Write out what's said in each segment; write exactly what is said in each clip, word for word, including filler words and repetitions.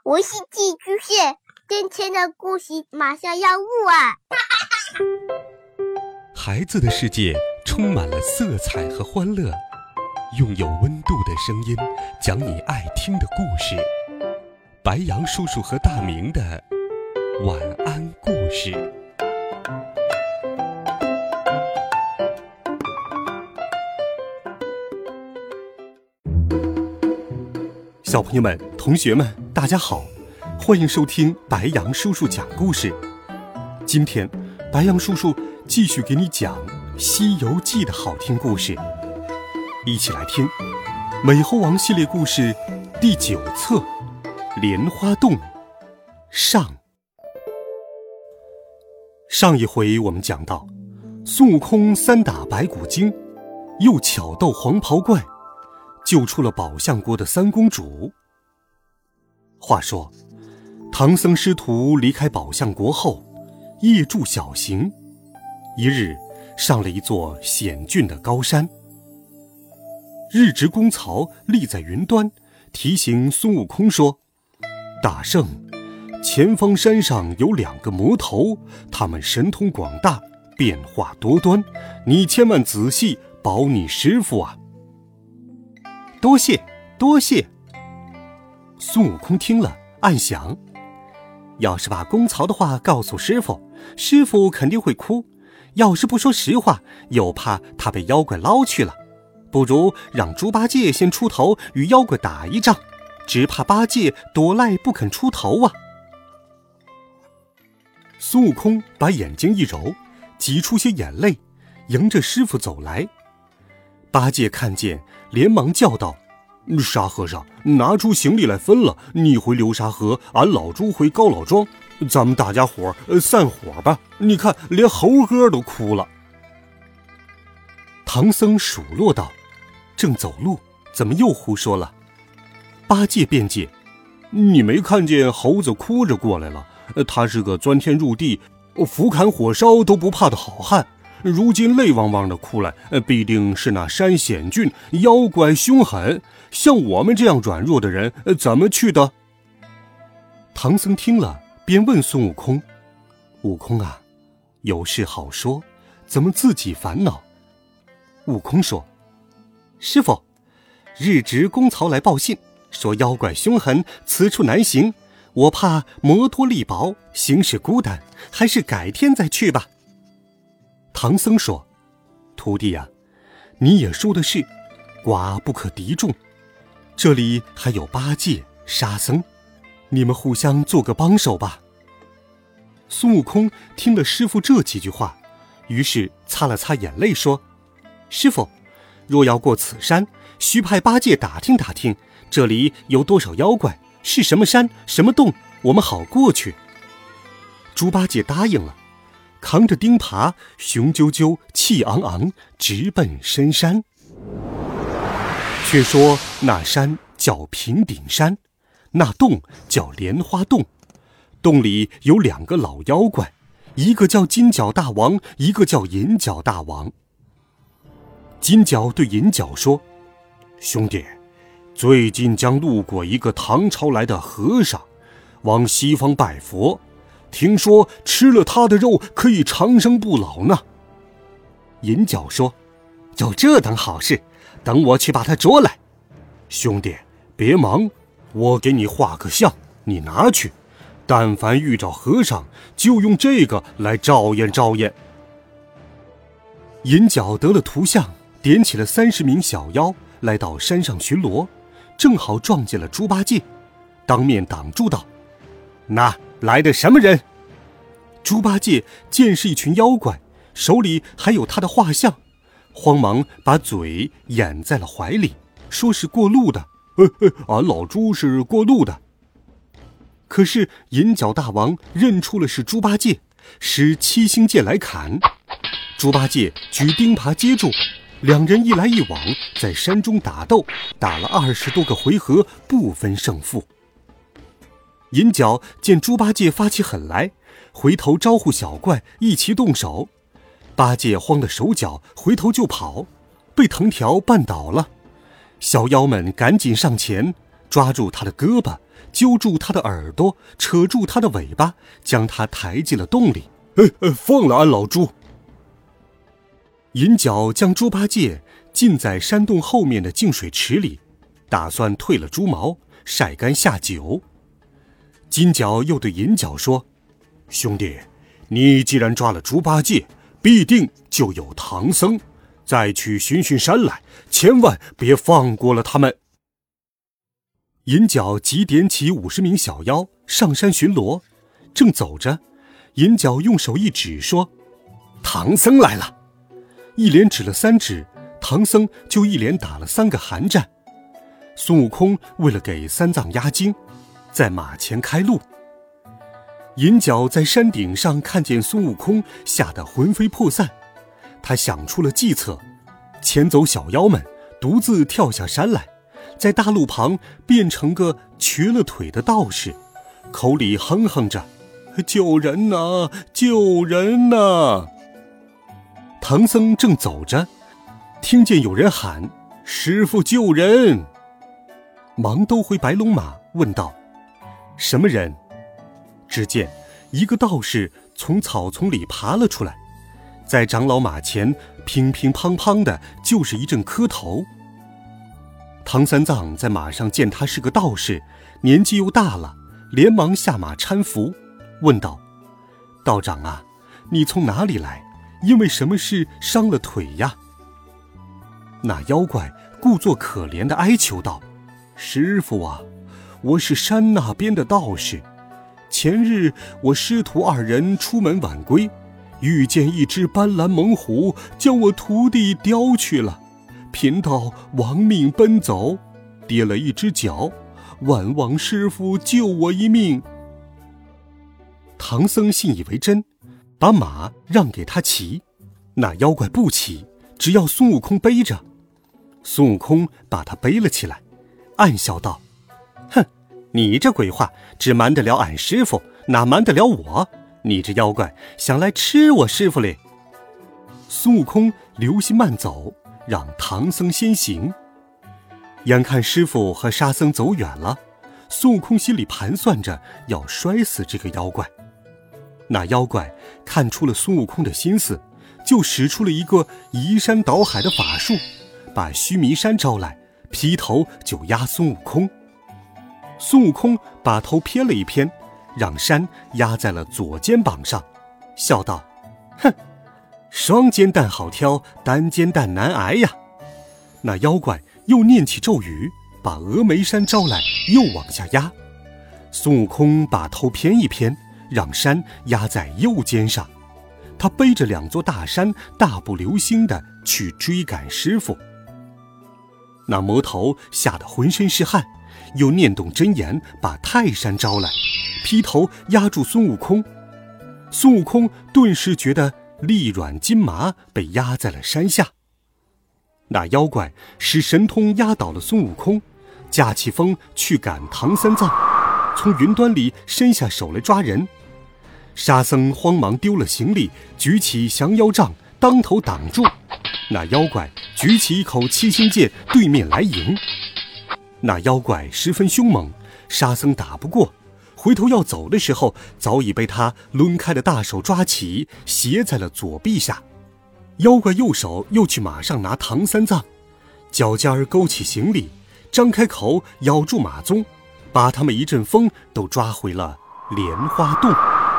我是寄居蟹，今天的故事马上要录啊！ 孩子的世界充满了色彩和欢乐，用有温度的声音讲你爱听的故事。白杨叔叔和大明的晚安故事。小朋友们、同学们，大家好，欢迎收听白杨叔叔讲故事。今天，白杨叔叔继续给你讲《西游记》的好听故事，一起来听《美猴王》系列故事第九册《莲花洞》上。上一回我们讲到，孙悟空三打白骨精，又巧斗黄袍怪，救出了宝象国的三公主。话说，唐僧师徒离开宝象国后，夜住小行，一日上了一座险峻的高山。日值公曹立在云端，提醒孙悟空说：大圣，前方山上有两个魔头，他们神通广大，变化多端，你千万仔细保你师父啊！多谢多谢。孙悟空听了暗想，要是把公曹的话告诉师父，师父肯定会哭，要是不说实话，又怕他被妖怪捞去了，不如让猪八戒先出头与妖怪打一仗，只怕八戒躲赖不肯出头啊。孙悟空把眼睛一揉，挤出些眼泪，迎着师父走来。八戒看见，连忙叫道：沙和尚，拿出行李来分了，你回流沙河，俺老猪回高老庄，咱们大家伙呃散伙吧。你看，连猴哥都哭了。唐僧数落道：正走路，怎么又胡说了？八戒辩解：你没看见猴子哭着过来了，他是个钻天入地、斧砍火烧都不怕的好汉，如今泪汪汪的哭来，必定是那山险峻，妖怪凶狠，像我们这样软弱的人怎么去的？唐僧听了，便问孙悟空：悟空啊，有事好说，怎么自己烦恼？悟空说：师父，日值公曹来报信，说妖怪凶狠，此处难行，我怕摩托力薄，行事孤单，还是改天再去吧。唐僧说：徒弟呀、啊，你也说的是，寡不可敌众，这里还有八戒、沙僧，你们互相做个帮手吧。孙悟空听了师父这几句话，于是擦了擦眼泪说：师父，若要过此山，须派八戒打听打听，这里有多少妖怪，是什么山什么洞，我们好过去。猪八戒答应了，扛着钉耙，雄赳赳气昂昂，直奔深山。却说那山叫平顶山，那洞叫莲花洞，洞里有两个老妖怪，一个叫金角大王，一个叫银角大王。金角对银角说：兄弟，最近将路过一个唐朝来的和尚，往西方拜佛，听说吃了他的肉可以长生不老呢。银角说：有这等好事，等我去把他捉来。兄弟别忙，我给你画个像，你拿去，但凡遇着和尚，就用这个来照验照验。银角得了图像，点起了三十名小妖，来到山上巡逻，正好撞见了猪八戒，当面挡住道：那来的什么人？猪八戒见是一群妖怪，手里还有他的画像，慌忙把嘴掩在了怀里，说是过路的。呃呃，俺老猪是过路的。可是银角大王认出了是猪八戒，使七星剑来砍。猪八戒举钉耙接住，两人一来一往，在山中打斗，打了二十多个回合，不分胜负。银角见猪八戒发起狠来，回头招呼小怪一起动手。八戒慌得手脚，回头就跑，被藤条绊倒了。小妖们赶紧上前， 抓住他的胳膊，揪住他的耳朵，扯住他的尾巴，将他抬进了洞里。呃呃，放了俺老猪！银角将猪八戒浸在山洞后面的净水池里，打算褪了猪毛，晒干下酒。金角又对银角说：“兄弟，你既然抓了猪八戒，必定就有唐僧，再去巡巡山来，千万别放过了他们。”银角即点起五十名小妖上山巡逻，正走着，银角用手一指说：“唐僧来了！”一连指了三指，唐僧就一连打了三个寒战。孙悟空为了给三藏压惊，在马前开路。银角在山顶上看见孙悟空，吓得魂飞魄散。他想出了计策，牵走小妖们，独自跳下山来，在大路旁变成个瘸了腿的道士，口里哼哼着：“救人呐，救人呐！”唐僧正走着，听见有人喊：“师父救人！”忙兜回白龙马，问道：“什么人？”只见一个道士从草丛里爬了出来，在长老马前乒乒乓乓的就是一阵磕头。唐三藏在马上见他是个道士，年纪又大了，连忙下马搀扶，问道：“道长啊，你从哪里来？因为什么事伤了腿呀？”那妖怪故作可怜地哀求道：“师父啊，我是山那边的道士，前日我师徒二人出门晚归，遇见一只斑斓猛虎，将我徒弟叼去了，贫道亡命奔走，跌了一只脚，万望师父救我一命。”唐僧信以为真，把马让给他骑，那妖怪不骑，只要孙悟空背着。孙悟空把他背了起来，暗笑道：“哼，你这鬼话只瞒得了俺师父，哪瞒得了我？你这妖怪想来吃我师父嘞！”孙悟空留心慢走，让唐僧先行。眼看师父和沙僧走远了，孙悟空心里盘算着要摔死这个妖怪。那妖怪看出了孙悟空的心思，就使出了一个移山倒海的法术，把须弥山招来，劈头就压孙悟空。孙悟空把头偏了一偏，让山压在了左肩膀上，笑道：“哼，双肩担好挑，单肩担难挨呀。”那妖怪又念起咒语，把峨眉山招来，又往下压。孙悟空把头偏一偏，让山压在右肩上，他背着两座大山，大步流星地去追赶师傅。那魔头吓得浑身是汗，又念动真言，把泰山招来，劈头压住孙悟空。孙悟空顿时觉得力软筋麻，被压在了山下。那妖怪使神通压倒了孙悟空，驾起风去赶唐三藏，从云端里伸下手来抓人。沙僧慌忙丢了行李，举起降妖杖当头挡住。那妖怪举起一口七星剑对面来迎。那妖怪十分凶猛，沙僧打不过，回头要走的时候，早已被他抡开的大手抓起，挟在了左臂下。妖怪右手又去马上拿唐三藏，脚尖儿勾起行李，张开口咬住马鬃，把他们一阵风都抓回了莲花洞。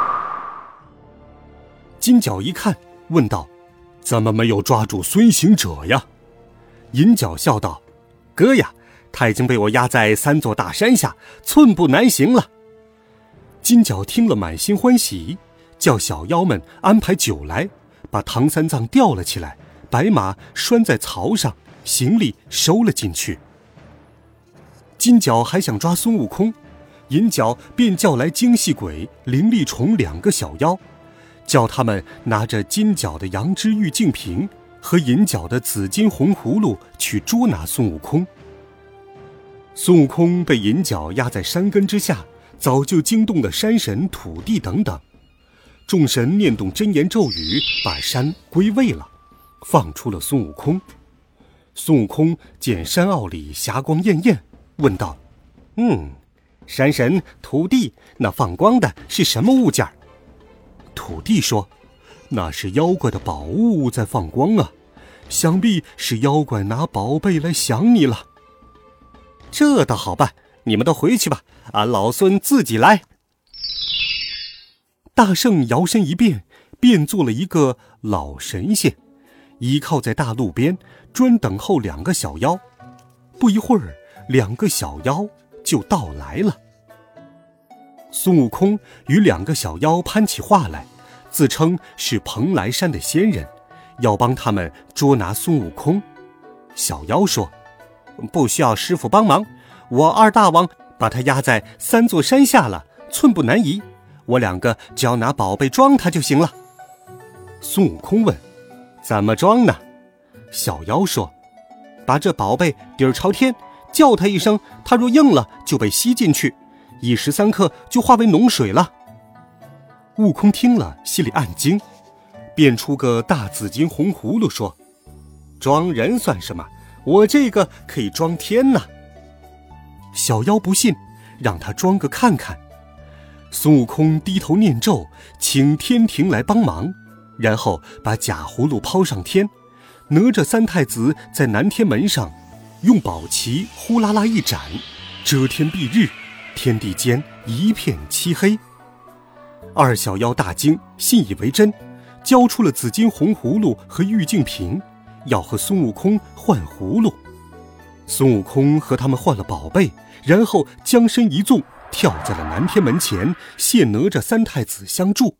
金角一看，问道：“怎么没有抓住孙行者呀？”银角笑道：“哥呀，他已经被我压在三座大山下，寸步难行了。”金角听了满心欢喜，叫小妖们安排酒来，把唐三藏吊了起来，白马拴在槽上，行李收了进去。金角还想抓孙悟空，银角便叫来精细鬼、灵力虫两个小妖，叫他们拿着金角的杨枝玉净瓶和银角的紫金红葫芦去捉拿孙悟空。孙悟空被银角压在山根之下，早就惊动了山神、土地等等。众神念动真言咒语，把山归位了，放出了孙悟空。孙悟空见山坳里霞光艳艳，问道：“ 嗯，山神、土地，那放光的是什么物件？土地说，那是妖怪的宝物在放光啊，想必是妖怪拿宝贝来想你了。这倒好办，你们都回去吧，俺老孙自己来。大圣摇身一变，变做了一个老神仙，依靠在大路边，专等候两个小妖。不一会儿，两个小妖就到来了。孙悟空与两个小妖攀起话来，自称是蓬莱山的仙人，要帮他们捉拿孙悟空。小妖说，不需要师傅帮忙，我二大王把他压在三座山下了，寸步难移，我两个只要拿宝贝装他就行了。孙悟空问，怎么装呢？小妖说，把这宝贝底儿朝天，叫他一声，他若应了就被吸进去，一时三刻就化为脓水了。悟空听了心里暗惊，变出个大紫金红葫芦说，装人算什么，我这个可以装天呢。小妖不信，让他装个看看。孙悟空低头念咒，请天庭来帮忙，然后把假葫芦抛上天，哪吒三太子在南天门上用宝旗呼啦啦一展，遮天蔽日，天地间一片漆黑。二小妖大惊，信以为真，交出了紫金红葫芦和玉净瓶，要和孙悟空换葫芦。孙悟空和他们换了宝贝，然后将身一纵，跳在了南天门前，谢哪吒三太子相助。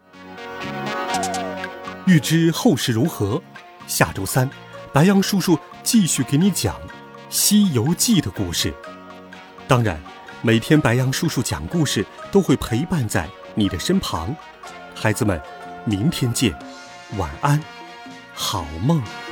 欲知后事如何，下周三白杨叔叔继续给你讲《西游记》的故事。当然，每天白杨叔叔讲故事都会陪伴在你的身旁。孩子们，明天见，晚安，好梦。